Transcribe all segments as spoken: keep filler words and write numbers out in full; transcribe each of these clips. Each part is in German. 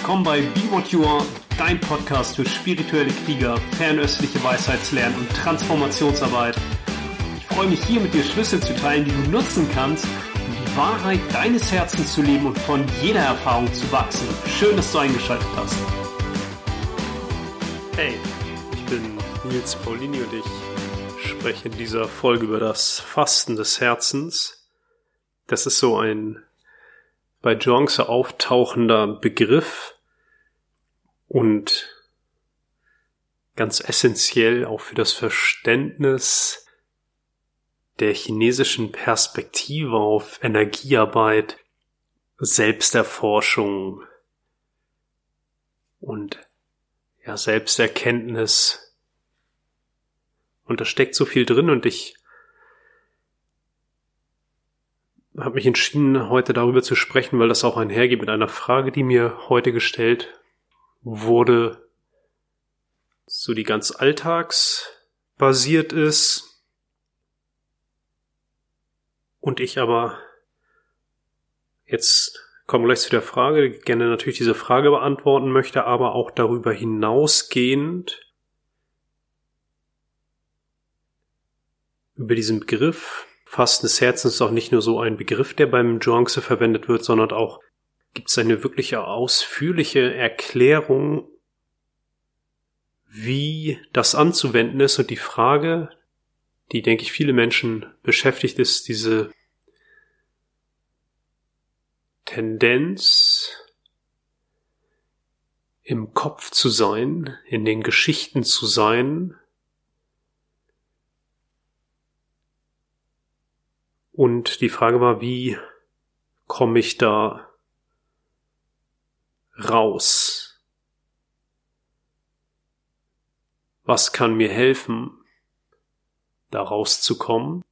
Willkommen bei Be What You Are, dein Podcast für spirituelle Krieger, fernöstliche Weisheitslernen und Transformationsarbeit. Ich freue mich hier mit dir Schlüssel zu teilen, die du nutzen kannst, um die Wahrheit deines Herzens zu leben und von jeder Erfahrung zu wachsen. Schön, dass du eingeschaltet hast. Hey, ich bin Nils Paulini und ich spreche in dieser Folge über das Fasten des Herzens. Das ist so ein bei Zhuangzi auftauchender Begriff und ganz essentiell auch für das Verständnis der chinesischen Perspektive auf Energiearbeit, Selbsterforschung und ja, Selbsterkenntnis. Und da steckt so viel drin und ich habe mich entschieden, heute darüber zu sprechen, weil das auch einhergeht mit einer Frage, die mir heute gestellt wurde, so die ganz alltagsbasiert ist und ich aber jetzt komme gleich zu der Frage, gerne natürlich diese Frage beantworten möchte, aber auch darüber hinausgehend über diesen Begriff Fasten des Herzens ist auch nicht nur so ein Begriff, der beim Zhuangzi verwendet wird, sondern auch gibt es eine wirkliche ausführliche Erklärung, wie das anzuwenden ist. Und die Frage, die, denke ich, viele Menschen beschäftigt, ist diese Tendenz, im Kopf zu sein, in den Geschichten zu sein, und die Frage war, wie komme ich da raus? Was kann mir helfen, da rauszukommen?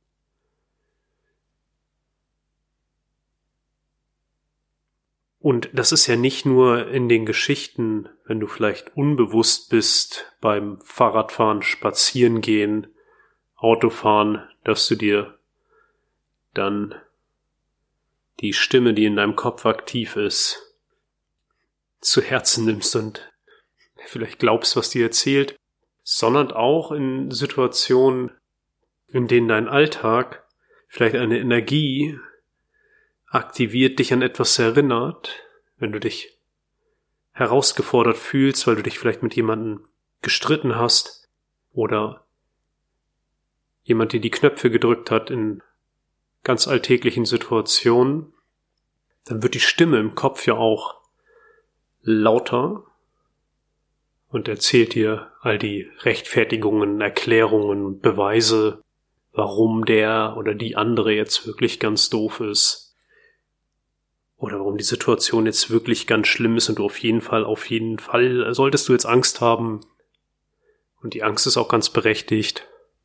Und das ist ja nicht nur in den Geschichten, wenn du vielleicht unbewusst bist beim Fahrradfahren, Spazierengehen, Autofahren, dass du dir dann die Stimme, die in deinem Kopf aktiv ist, zu Herzen nimmst und vielleicht glaubst, was dir erzählt, sondern auch in Situationen, in denen dein Alltag vielleicht eine Energie aktiviert, dich an etwas erinnert, wenn du dich herausgefordert fühlst, weil du dich vielleicht mit jemandem gestritten hast oder jemand dir die Knöpfe gedrückt hat in ganz alltäglichen Situationen, dann wird die Stimme im Kopf ja auch lauter und erzählt dir all die Rechtfertigungen, Erklärungen, Beweise, warum der oder die andere jetzt wirklich ganz doof ist oder warum die Situation jetzt wirklich ganz schlimm ist und du auf jeden Fall, auf jeden Fall solltest du jetzt Angst haben und die Angst ist auch ganz berechtigt.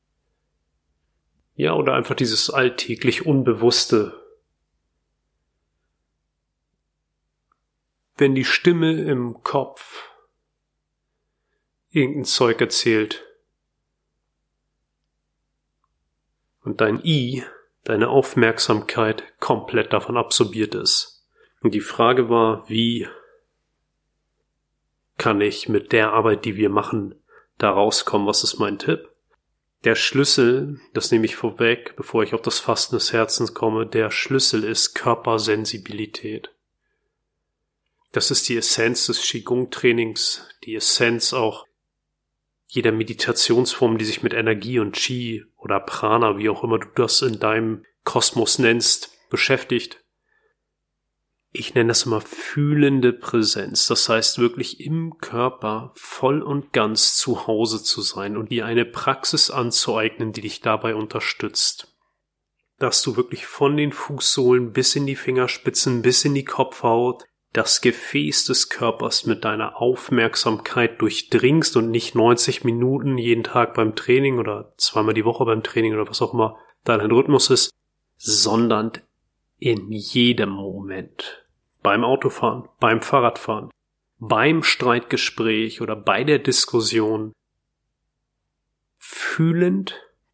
Ja, oder einfach dieses alltäglich Unbewusste. Wenn die Stimme im Kopf irgendein Zeug erzählt und dein I, deine Aufmerksamkeit komplett davon absorbiert ist. Und die Frage war, wie kann ich mit der Arbeit, die wir machen, da rauskommen? Was ist mein Tipp? Der Schlüssel, das nehme ich vorweg, bevor ich auf das Fasten des Herzens komme, der Schlüssel ist Körpersensibilität. Das ist die Essenz des Qigong-Trainings, die Essenz auch jeder Meditationsform, die sich mit Energie und Qi oder Prana, wie auch immer du das in deinem Kosmos nennst, beschäftigt. Ich nenne das immer fühlende Präsenz, das heißt wirklich im Körper voll und ganz zu Hause zu sein und dir eine Praxis anzueignen, die dich dabei unterstützt. Dass du wirklich von den Fußsohlen bis in die Fingerspitzen, bis in die Kopfhaut, das Gefäß des Körpers mit deiner Aufmerksamkeit durchdringst und nicht neunzig Minuten jeden Tag beim Training oder zweimal die Woche beim Training oder was auch immer dein Rhythmus ist, sondern in jedem Moment. Beim Autofahren, beim Fahrradfahren, beim Streitgespräch oder bei der Diskussion fühlend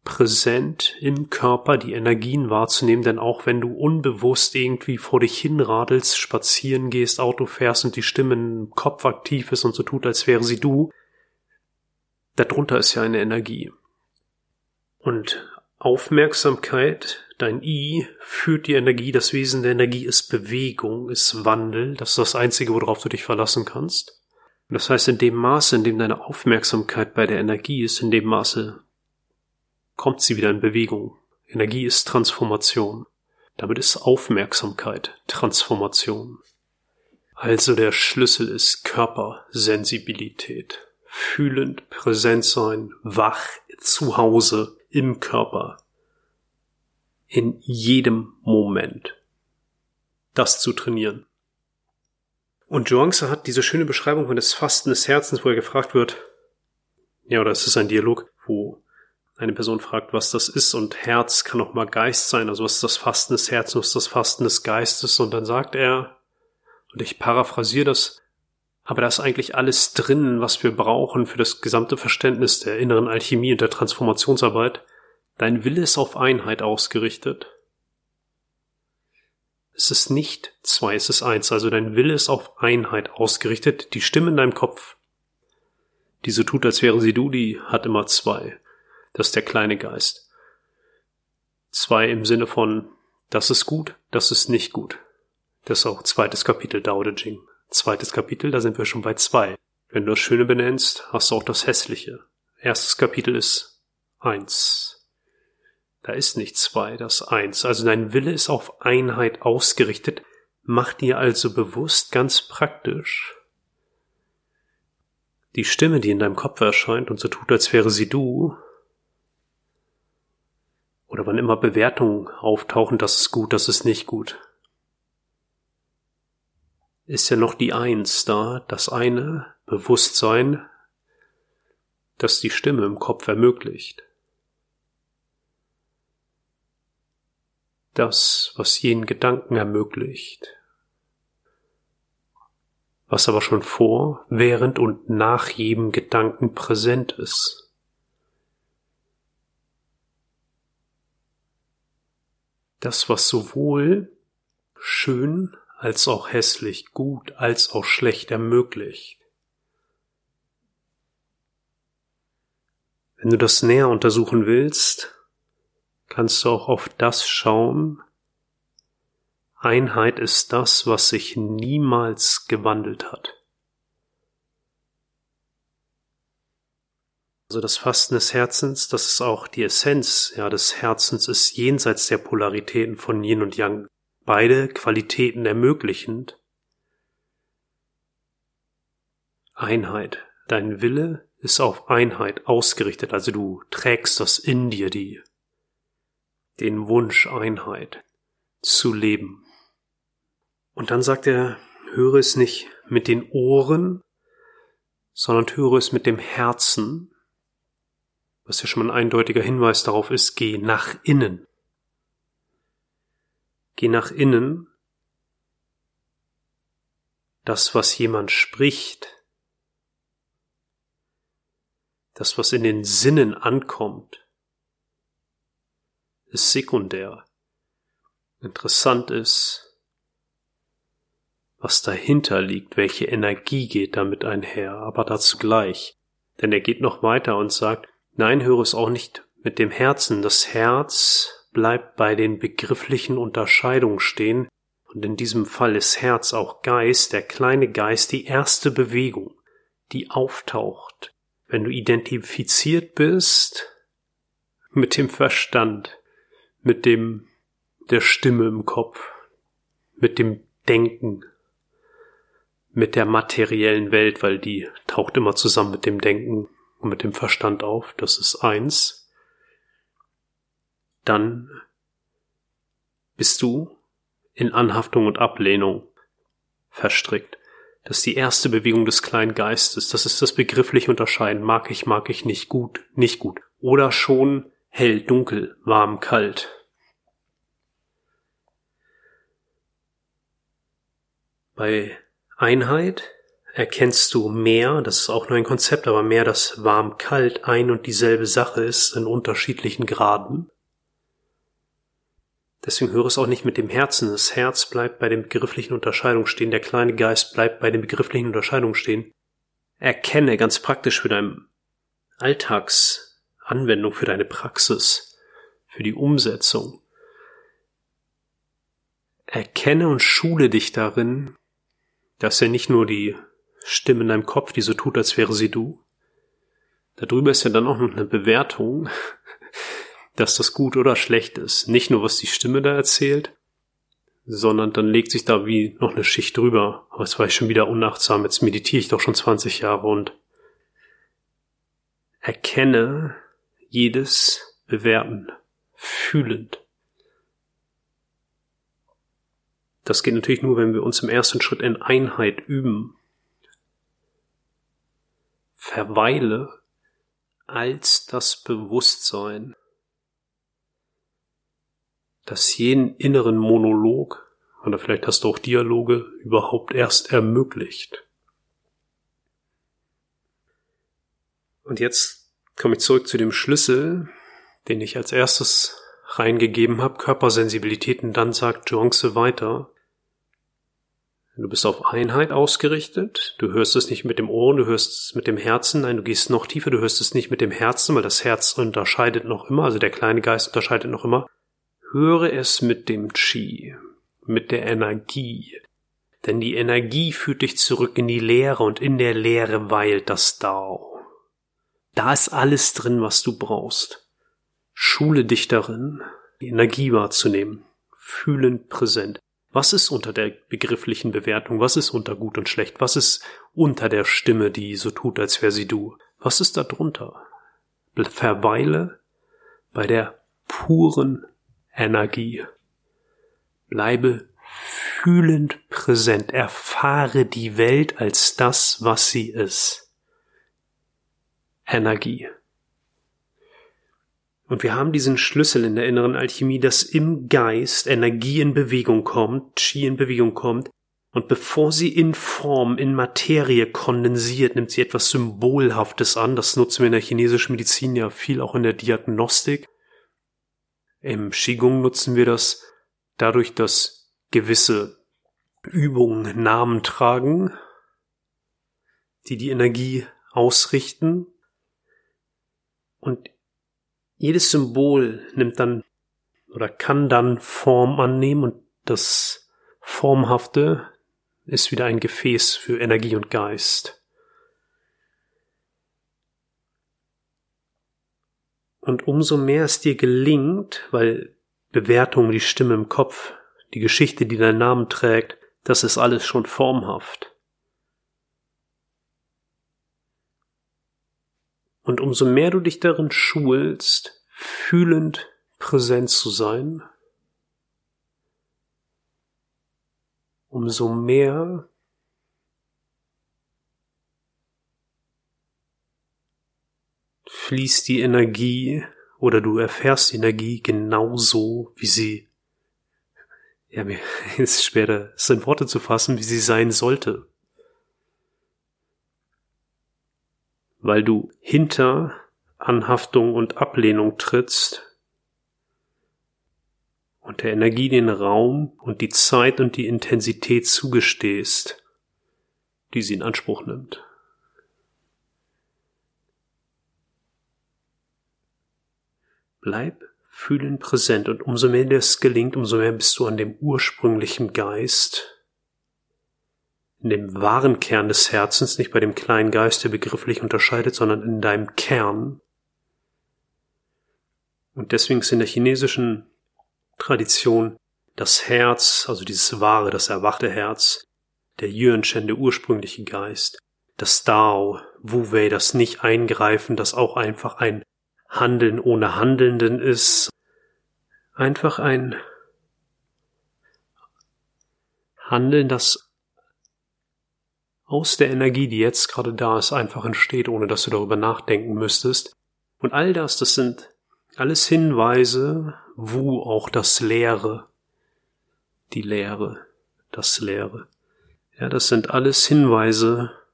präsent im Körper die Energien wahrzunehmen, denn auch wenn du unbewusst irgendwie vor dich hinradelst, spazieren gehst, Auto fährst und die Stimme im Kopf aktiv ist und so tut, als wäre sie du, darunter ist ja eine Energie. Und Aufmerksamkeit, dein I, führt die Energie, das Wesen der Energie ist Bewegung, ist Wandel, das ist das Einzige, worauf du dich verlassen kannst. Und das heißt, in dem Maße, in dem deine Aufmerksamkeit bei der Energie ist, in dem Maße kommt sie wieder in Bewegung. Energie ist Transformation. Damit ist Aufmerksamkeit Transformation. Also der Schlüssel ist Körpersensibilität. Fühlend, präsent sein, wach, zu Hause, im Körper. In jedem Moment. Das zu trainieren. Und Zhuangzi hat diese schöne Beschreibung von des Fasten des Herzens, wo er gefragt wird, ja, oder es ist ein Dialog, wo eine Person fragt, was das ist, und Herz kann auch mal Geist sein, also was ist das Fasten des Herzens, was ist das Fasten des Geistes, und dann sagt er, und ich paraphrasiere das, aber da ist eigentlich alles drin, was wir brauchen für das gesamte Verständnis der inneren Alchemie und der Transformationsarbeit. Dein Wille ist auf Einheit ausgerichtet. Es ist nicht zwei, es ist eins, also dein Wille ist auf Einheit ausgerichtet. Die Stimme in deinem Kopf, die so tut, als wäre sie du, die hat immer zwei. Das ist der kleine Geist. Zwei im Sinne von, das ist gut, das ist nicht gut. Das ist auch zweites Kapitel Dao De Jing. Zweites Kapitel, da sind wir schon bei zwei. Wenn du das Schöne benennst, hast du auch das Hässliche. Erstes Kapitel ist eins. Da ist nicht zwei, das ist eins. Also dein Wille ist auf Einheit ausgerichtet. Mach dir also bewusst, ganz praktisch, die Stimme, die in deinem Kopf erscheint und so tut, als wäre sie du, oder wann immer Bewertungen auftauchen, das ist gut, das ist nicht gut, ist ja noch die Eins da, das eine Bewusstsein, das die Stimme im Kopf ermöglicht. Das, was jenen Gedanken ermöglicht, was aber schon vor, während und nach jedem Gedanken präsent ist. Das, was sowohl schön als auch hässlich, gut als auch schlecht ermöglicht. Wenn du das näher untersuchen willst, kannst du auch auf das schauen. Einheit ist das, was sich niemals gewandelt hat. Also das Fasten des Herzens, das ist auch die Essenz, ja, des Herzens ist jenseits der Polaritäten von Yin und Yang. Beide Qualitäten ermöglichend. Einheit. Dein Wille ist auf Einheit ausgerichtet, also du trägst das in dir, die, den Wunsch, Einheit zu leben. Und dann sagt er, höre es nicht mit den Ohren, sondern höre es mit dem Herzen, was ja schon mal ein eindeutiger Hinweis darauf ist, geh nach innen. Geh nach innen. Das, was jemand spricht, das, was in den Sinnen ankommt, ist sekundär. Interessant ist, was dahinter liegt, welche Energie geht damit einher, aber dazu gleich. Denn er geht noch weiter und sagt, nein, höre es auch nicht mit dem Herzen. Das Herz bleibt bei den begrifflichen Unterscheidungen stehen, und in diesem Fall ist Herz auch Geist, der kleine Geist, die erste Bewegung, die auftaucht, wenn du identifiziert bist mit dem Verstand, mit dem der Stimme im Kopf, mit dem Denken, mit der materiellen Welt, weil die taucht immer zusammen mit dem Denken und mit dem Verstand auf, das ist eins. Dann bist du in Anhaftung und Ablehnung verstrickt. Das ist die erste Bewegung des kleinen Geistes. Das ist das begriffliche Unterscheiden. Mag ich, mag ich nicht, gut, nicht gut. Oder schon hell, dunkel, warm, kalt. Bei Einheit erkennst du mehr, das ist auch nur ein Konzept, aber mehr, dass warm-kalt ein und dieselbe Sache ist in unterschiedlichen Graden. Deswegen höre es auch nicht mit dem Herzen. Das Herz bleibt bei den begrifflichen Unterscheidungen stehen, der kleine Geist bleibt bei den begrifflichen Unterscheidungen stehen. Erkenne ganz praktisch für deine Alltagsanwendung, für deine Praxis, für die Umsetzung. Erkenne und schule dich darin, dass ja nicht nur die Stimme in deinem Kopf, die so tut, als wäre sie du. Darüber ist ja dann auch noch eine Bewertung, dass das gut oder schlecht ist. Nicht nur, was die Stimme da erzählt, sondern dann legt sich da wie noch eine Schicht drüber. Aber jetzt war ich schon wieder unachtsam, jetzt meditiere ich doch schon zwanzig Jahre und erkenne jedes Bewerten, fühlend. Das geht natürlich nur, wenn wir uns im ersten Schritt in Einheit üben. Verweile als das Bewusstsein, das jeden inneren Monolog, oder vielleicht hast du auch Dialoge, überhaupt erst ermöglicht. Und jetzt komme ich zurück zu dem Schlüssel, den ich als erstes reingegeben habe, Körpersensibilität, und dann sagt Zhuangzi weiter, du bist auf Einheit ausgerichtet, du hörst es nicht mit dem Ohr, du hörst es mit dem Herzen, nein, du gehst noch tiefer, du hörst es nicht mit dem Herzen, weil das Herz unterscheidet noch immer, also der kleine Geist unterscheidet noch immer. Höre es mit dem Qi, mit der Energie, denn die Energie führt dich zurück in die Leere und in der Leere weilt das Dao. Da ist alles drin, was du brauchst. Schule dich darin, die Energie wahrzunehmen, fühlend präsent. Was ist unter der begrifflichen Bewertung? Was ist unter gut und schlecht? Was ist unter der Stimme, die so tut, als wäre sie du? Was ist da drunter? Verweile bei der puren Energie. Bleibe fühlend präsent. Erfahre die Welt als das, was sie ist. Energie. Und wir haben diesen Schlüssel in der inneren Alchemie, dass im Geist Energie in Bewegung kommt, Qi in Bewegung kommt, und bevor sie in Form, in Materie kondensiert, nimmt sie etwas Symbolhaftes an. Das nutzen wir in der chinesischen Medizin ja viel, auch in der Diagnostik. Im Qigong nutzen wir das dadurch, dass gewisse Übungen Namen tragen, die die Energie ausrichten. Und jedes Symbol nimmt dann oder kann dann Form annehmen und das Formhafte ist wieder ein Gefäß für Energie und Geist. Und umso mehr es dir gelingt, weil Bewertung, die Stimme im Kopf, die Geschichte, die deinen Namen trägt, das ist alles schon formhaft. Und umso mehr du dich darin schulst, fühlend präsent zu sein, umso mehr fließt die Energie oder du erfährst die Energie genauso, wie sie, ja, mir ist schwer, das in Worte zu fassen, wie sie sein sollte. Weil du hinter Anhaftung und Ablehnung trittst und der Energie den Raum und die Zeit und die Intensität zugestehst, die sie in Anspruch nimmt. Bleib fühlend präsent und umso mehr dir es gelingt, umso mehr bist du an dem ursprünglichen Geist, in dem wahren Kern des Herzens, nicht bei dem kleinen Geist, der begrifflich unterscheidet, sondern in deinem Kern. Und deswegen ist in der chinesischen Tradition das Herz, also dieses wahre, das erwachte Herz, der Yuan-Shen, der ursprüngliche Geist, das Dao, Wu-Wei, das Nicht-Eingreifen, das auch einfach ein Handeln ohne Handelnden ist, einfach ein Handeln, das aus der Energie, die jetzt gerade da ist, einfach entsteht, ohne dass du darüber nachdenken müsstest. Und all das, das sind alles Hinweise, wo auch das Leere, die Leere, das Leere. Ja, das sind alles Hinweise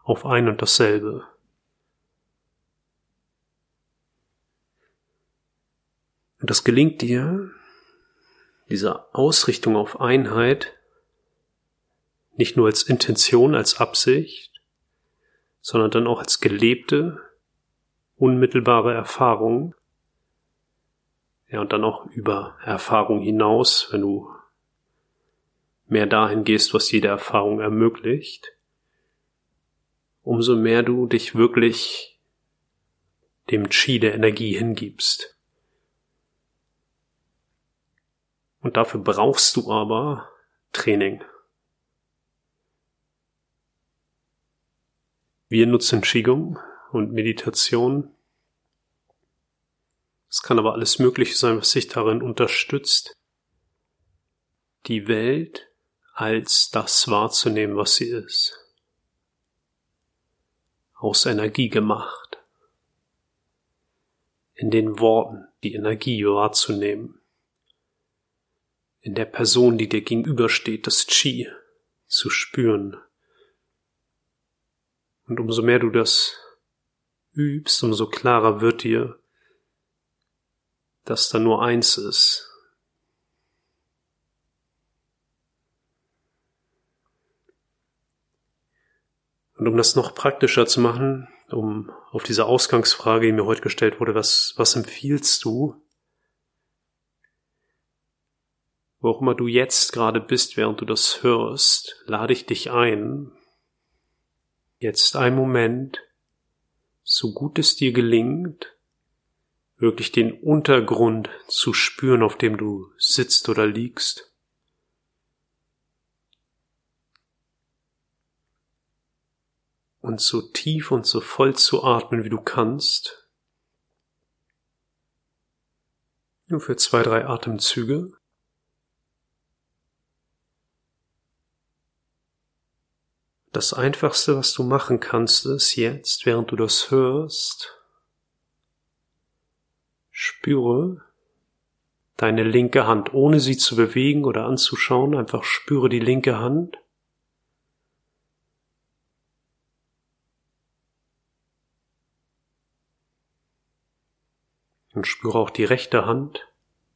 auf ein und dasselbe. Und das gelingt dir, diese Ausrichtung auf Einheit, nicht nur als Intention, als Absicht, sondern dann auch als gelebte, unmittelbare Erfahrung. Ja, und dann auch über Erfahrung hinaus, wenn du mehr dahin gehst, was jede Erfahrung ermöglicht, umso mehr du dich wirklich dem Qi der Energie hingibst. Und dafür brauchst du aber Training. Wir nutzen Qigong und Meditation. Es kann aber alles Mögliche sein, was sich darin unterstützt, die Welt als das wahrzunehmen, was sie ist. Aus Energie gemacht. In den Worten die Energie wahrzunehmen. In der Person, die dir gegenübersteht, das Qi zu spüren. Und umso mehr du das übst, umso klarer wird dir, dass da nur eins ist. Und um das noch praktischer zu machen, um auf diese Ausgangsfrage, die mir heute gestellt wurde, was, was empfiehlst du? Wo auch immer du jetzt gerade bist, während du das hörst, lade ich dich ein, jetzt einen Moment, so gut es dir gelingt, wirklich den Untergrund zu spüren, auf dem du sitzt oder liegst. Und so tief und so voll zu atmen, wie du kannst. Nur für zwei, drei Atemzüge. Das Einfachste, was du machen kannst, ist jetzt, während du das hörst, spüre deine linke Hand, ohne sie zu bewegen oder anzuschauen, einfach spüre die linke Hand. Und spüre auch die rechte Hand.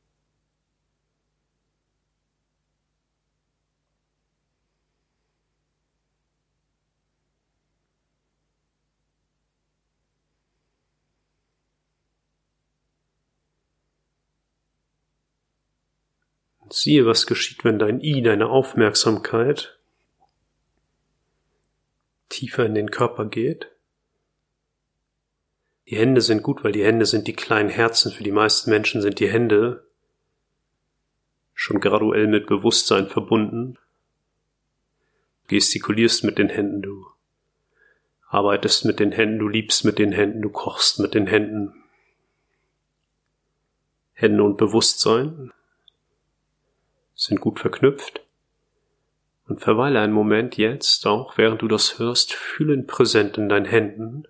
Und siehe, was geschieht, wenn dein I, deine Aufmerksamkeit, tiefer in den Körper geht. Die Hände sind gut, weil die Hände sind die kleinen Herzen. Für die meisten Menschen sind die Hände schon graduell mit Bewusstsein verbunden. Du gestikulierst mit den Händen, du arbeitest mit den Händen, du liebst mit den Händen, du kochst mit den Händen. Hände und Bewusstsein sind gut verknüpft. Und verweile einen Moment jetzt, auch während du das hörst, fühlend präsent in deinen Händen.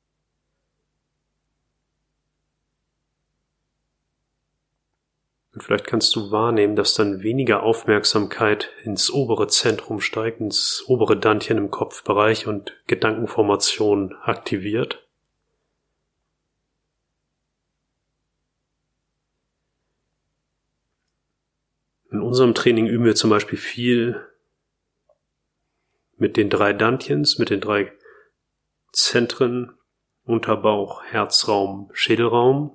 Und vielleicht kannst du wahrnehmen, dass dann weniger Aufmerksamkeit ins obere Zentrum steigt, ins obere Dantian im Kopfbereich und Gedankenformation aktiviert. In unserem Training üben wir zum Beispiel viel mit den drei Dantians, mit den drei Zentren, Unterbauch, Herzraum, Schädelraum.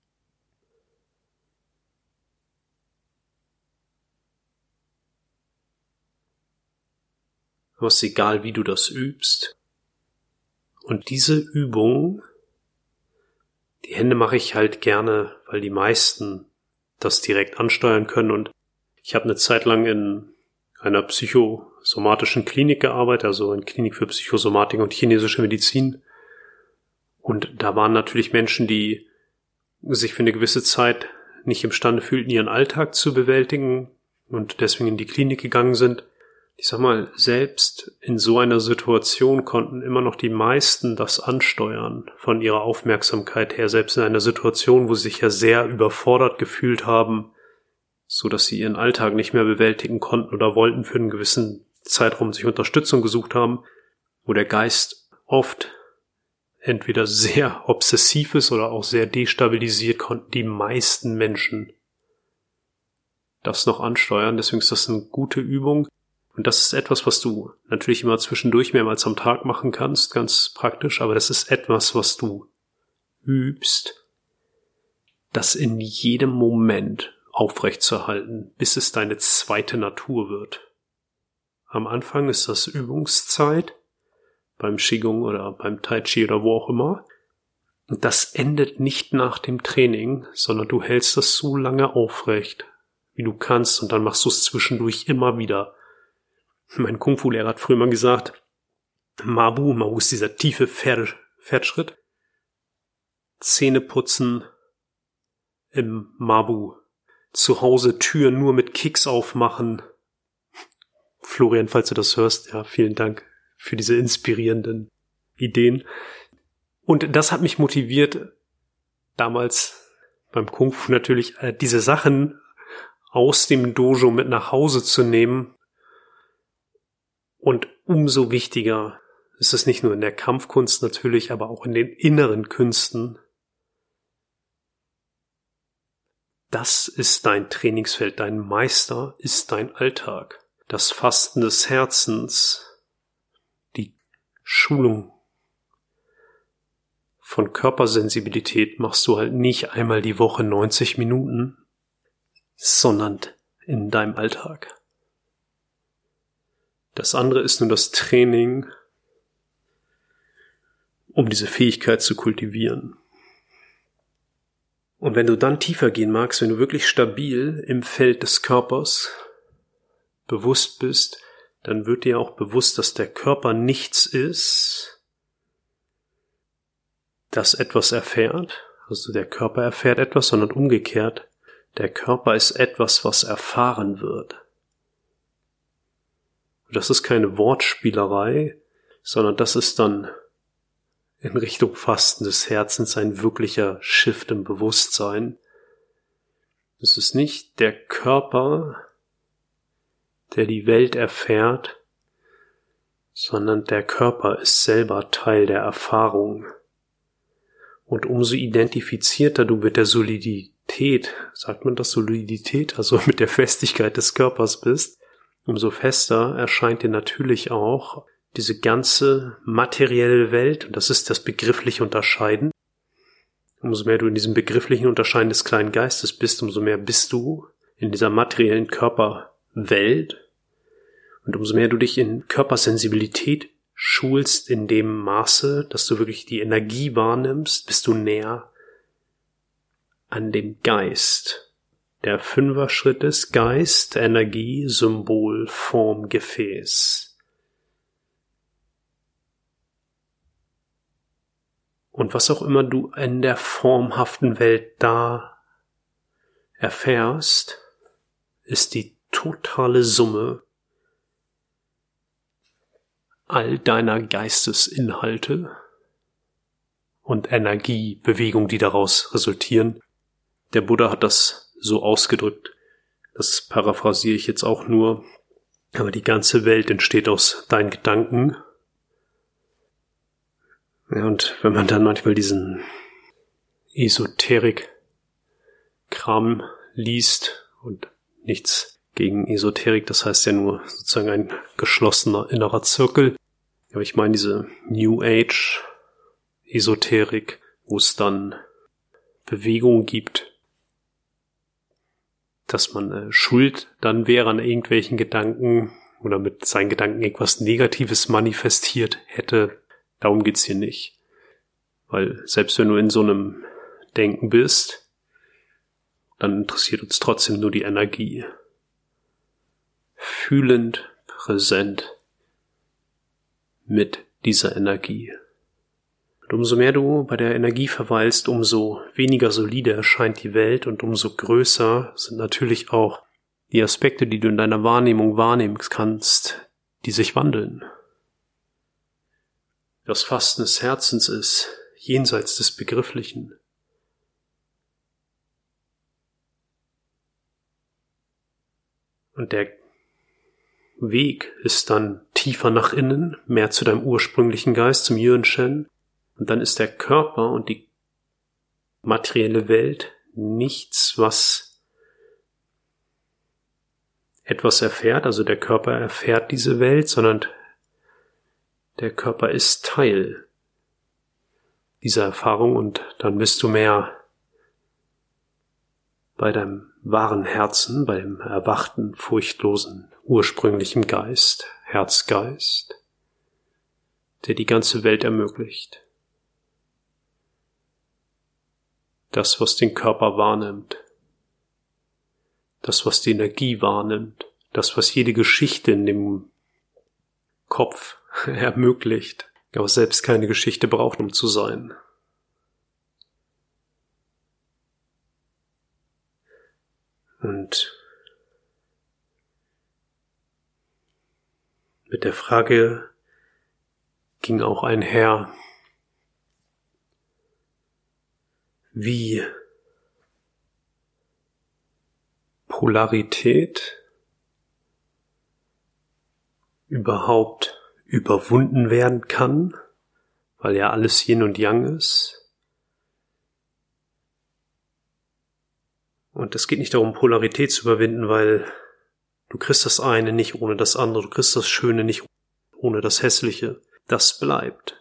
Aber es ist egal, wie du das übst. Und diese Übung, die Hände mache ich halt gerne, weil die meisten das direkt ansteuern können. Und ich habe eine Zeit lang in einer psychosomatischen Klinik gearbeitet, also in Klinik für Psychosomatik und chinesische Medizin. Und da waren natürlich Menschen, die sich für eine gewisse Zeit nicht imstande fühlten, ihren Alltag zu bewältigen und deswegen in die Klinik gegangen sind. Ich sag mal, selbst in so einer Situation konnten immer noch die meisten das ansteuern von ihrer Aufmerksamkeit her, selbst in einer Situation, wo sie sich ja sehr überfordert gefühlt haben, so dass sie ihren Alltag nicht mehr bewältigen konnten oder wollten für einen gewissen Zeitraum sich Unterstützung gesucht haben, wo der Geist oft entweder sehr obsessiv ist oder auch sehr destabilisiert, konnten die meisten Menschen das noch ansteuern. Deswegen ist das eine gute Übung. Und das ist etwas, was du natürlich immer zwischendurch mehrmals am Tag machen kannst, ganz praktisch. Aber das ist etwas, was du übst, das in jedem Moment aufrechtzuerhalten, bis es deine zweite Natur wird. Am Anfang ist das Übungszeit, beim Qigong oder beim Tai Chi oder wo auch immer. Und das endet nicht nach dem Training, sondern du hältst das so lange aufrecht, wie du kannst, und dann machst du es zwischendurch immer wieder. Mein Kung-Fu-Lehrer hat früher mal gesagt, Mabu, Mabu ist dieser tiefe Pferd, Pferdschritt, Zähne putzen im Mabu, zu Hause Türen nur mit Kicks aufmachen. Florian, falls du das hörst, ja, vielen Dank für diese inspirierenden Ideen. Und das hat mich motiviert, damals beim Kung Fu natürlich äh, diese Sachen aus dem Dojo mit nach Hause zu nehmen. Und umso wichtiger ist es nicht nur in der Kampfkunst natürlich, aber auch in den inneren Künsten. Das ist dein Trainingsfeld, dein Meister ist dein Alltag. Das Fasten des Herzens, die Schulung von Körpersensibilität machst du halt nicht einmal die Woche neunzig Minuten, sondern in deinem Alltag. Das andere ist nur das Training, um diese Fähigkeit zu kultivieren. Und wenn du dann tiefer gehen magst, wenn du wirklich stabil im Feld des Körpers bewusst bist, dann wird dir auch bewusst, dass der Körper nichts ist, das etwas erfährt. Also der Körper erfährt etwas, sondern umgekehrt. Der Körper ist etwas, was erfahren wird. Und das ist keine Wortspielerei, sondern das ist dann in Richtung Fasten des Herzens ein wirklicher Shift im Bewusstsein. Es ist nicht der Körper, der die Welt erfährt, sondern der Körper ist selber Teil der Erfahrung. Und umso identifizierter du mit der Solidität, sagt man das Solidität, also mit der Festigkeit des Körpers bist, umso fester erscheint dir natürlich auch diese ganze materielle Welt, und das ist das begriffliche Unterscheiden. Umso mehr du in diesem begrifflichen Unterscheiden des kleinen Geistes bist, umso mehr bist du in dieser materiellen Körperwelt, und umso mehr du dich in Körpersensibilität schulst in dem Maße, dass du wirklich die Energie wahrnimmst, bist du näher an dem Geist. Der Fünfer-Schritt ist Geist, Energie, Symbol, Form, Gefäß. Und was auch immer du in der formhaften Welt da erfährst, ist die totale Summe all deiner Geistesinhalte und Energie, Bewegung, die daraus resultieren. Der Buddha hat das so ausgedrückt, das paraphrasiere ich jetzt auch nur, aber die ganze Welt entsteht aus deinen Gedanken. Ja, und wenn man dann manchmal diesen Esoterik-Kram liest, und nichts gegen Esoterik, das heißt ja nur sozusagen ein geschlossener innerer Zirkel, aber ich meine diese New Age Esoterik, wo es dann Bewegung gibt, dass man äh, schuld dann wäre an irgendwelchen Gedanken oder mit seinen Gedanken irgendwas Negatives manifestiert hätte. Darum geht's hier nicht. Weil selbst wenn du in so einem Denken bist, dann interessiert uns trotzdem nur die Energie. Fühlend, präsent mit dieser Energie. Und umso mehr du bei der Energie verweilst, umso weniger solide erscheint die Welt und umso größer sind natürlich auch die Aspekte, die du in deiner Wahrnehmung wahrnehmen kannst, die sich wandeln. Das Fasten des Herzens ist jenseits des Begrifflichen. Und der Weg ist dann tiefer nach innen, mehr zu deinem ursprünglichen Geist, zum Yun-Shen. Und dann ist der Körper und die materielle Welt nichts, was etwas erfährt, also der Körper erfährt diese Welt, sondern der Körper ist Teil dieser Erfahrung und dann bist du mehr bei deinem wahren Herzen, bei dem erwachten, furchtlosen, ursprünglichen Geist, Herzgeist, der die ganze Welt ermöglicht. Das, was den Körper wahrnimmt, das, was die Energie wahrnimmt, das, was jede Geschichte in dem Kopf ermöglicht, aber selbst keine Geschichte braucht, um zu sein. Und mit der Frage ging auch einher, wie Polarität überhaupt überwunden werden kann, weil ja alles Yin und Yang ist. Und es geht nicht darum, Polarität zu überwinden, weil du kriegst das eine nicht ohne das andere, du kriegst das Schöne nicht ohne das Hässliche. Das bleibt.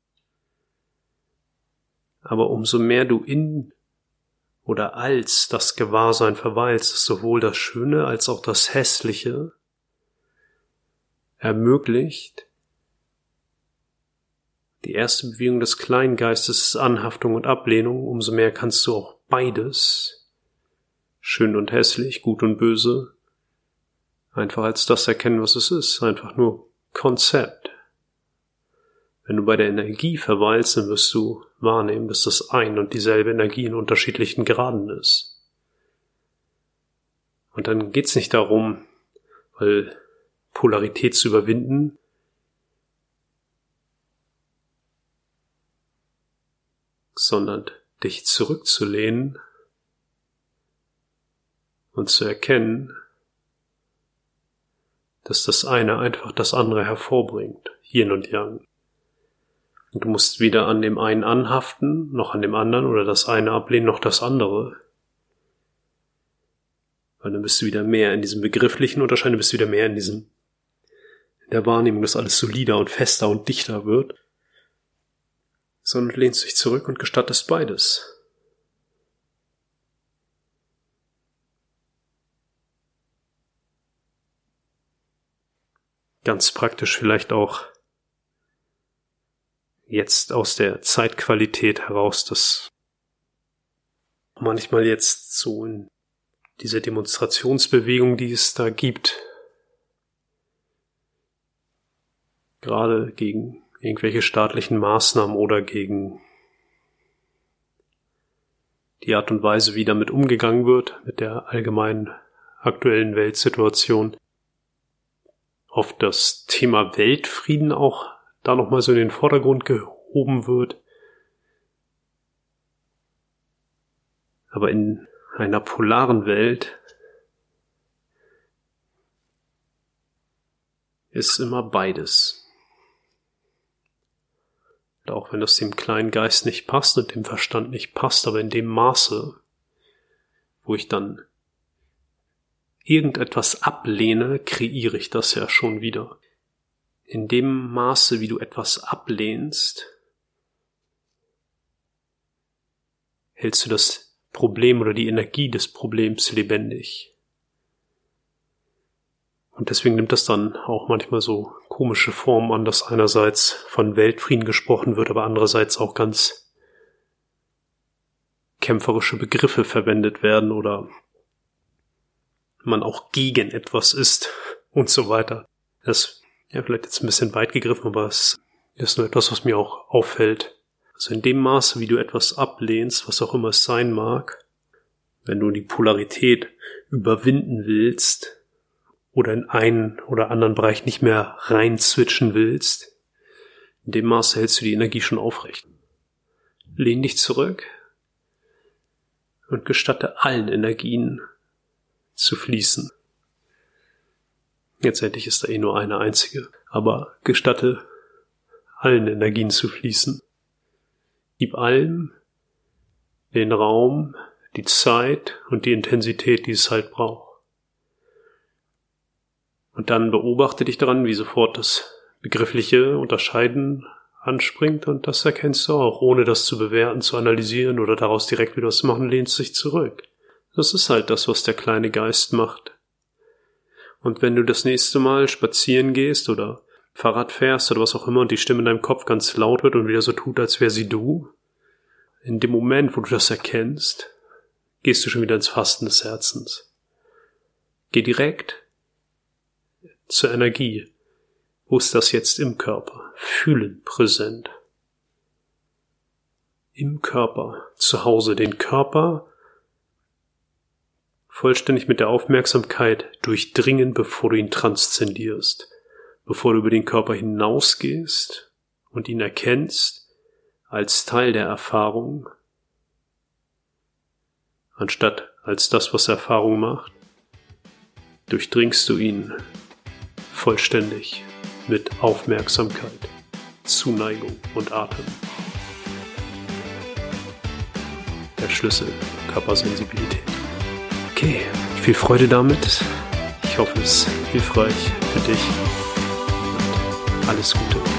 Aber umso mehr du in oder als das Gewahrsein verweilst, ist sowohl das Schöne als auch das Hässliche ermöglicht. Die erste Bewegung des Kleingeistes ist Anhaftung und Ablehnung. Umso mehr kannst du auch beides, schön und hässlich, gut und böse, einfach als das erkennen, was es ist. Einfach nur Konzept. Wenn du bei der Energie verweilst, dann wirst du wahrnehmen, dass das ein und dieselbe Energie in unterschiedlichen Graden ist. Und dann geht's nicht darum, weil Polarität zu überwinden, sondern dich zurückzulehnen und zu erkennen, dass das eine einfach das andere hervorbringt, Yin und Yang. Und du musst weder an dem einen anhaften, noch an dem anderen, oder das eine ablehnen, noch das andere. Weil dann bist du wieder mehr in diesem begrifflichen Unterscheiden, bist du wieder mehr in diesem, in der Wahrnehmung, dass alles solider und fester und dichter wird. Sondern du lehnst dich zurück und gestattest beides. Ganz praktisch vielleicht auch jetzt aus der Zeitqualität heraus, dass manchmal jetzt so in dieser Demonstrationsbewegung, die es da gibt, gerade gegen irgendwelche staatlichen Maßnahmen oder gegen die Art und Weise, wie damit umgegangen wird, mit der allgemeinen aktuellen Weltsituation, oft das Thema Weltfrieden auch da nochmal so in den Vordergrund gehoben wird. Aber in einer polaren Welt ist immer beides. Und auch wenn das dem kleinen Geist nicht passt und dem Verstand nicht passt, aber in dem Maße, wo ich dann irgendetwas ablehne, kreiere ich das ja schon wieder. In dem Maße, wie du etwas ablehnst, hältst du das Problem oder die Energie des Problems lebendig. Und deswegen nimmt das dann auch manchmal so komische Formen an, dass einerseits von Weltfrieden gesprochen wird, aber andererseits auch ganz kämpferische Begriffe verwendet werden oder man auch gegen etwas ist und so weiter. Das ja vielleicht jetzt ein bisschen weit gegriffen, aber es ist nur etwas, was mir auch auffällt. Also in dem Maße, wie du etwas ablehnst, was auch immer es sein mag, wenn du die Polarität überwinden willst oder in einen oder anderen Bereich nicht mehr rein switchen willst, in dem Maße hältst du die Energie schon aufrecht. Lehn dich zurück und gestatte allen Energien zu fließen. Letztendlich ist da eh nur eine einzige, aber gestatte allen Energien zu fließen. Gib allem den Raum, die Zeit und die Intensität, die es halt braucht. Und dann beobachte dich daran, wie sofort das begriffliche Unterscheiden anspringt, und das erkennst du auch, ohne das zu bewerten, zu analysieren oder daraus direkt wieder was machen, lehnst dich zurück. Das ist halt das, was der kleine Geist macht. Und wenn du das nächste Mal spazieren gehst oder Fahrrad fährst oder was auch immer und die Stimme in deinem Kopf ganz laut wird und wieder so tut, als wäre sie du, in dem Moment, wo du das erkennst, gehst du schon wieder ins Fasten des Herzens. Geh direkt zur Energie. Wo ist das jetzt im Körper? Fühlen, präsent. Im Körper, zu Hause, den Körper vollständig mit der Aufmerksamkeit durchdringen, bevor du ihn transzendierst, bevor du über den Körper hinausgehst und ihn erkennst als Teil der Erfahrung, anstatt als das, was Erfahrung macht, durchdringst du ihn vollständig mit Aufmerksamkeit, Zuneigung und Atem. Der Schlüssel, Körpersensibilität. Okay, viel Freude damit. Ich hoffe, es ist hilfreich für dich. Und alles Gute.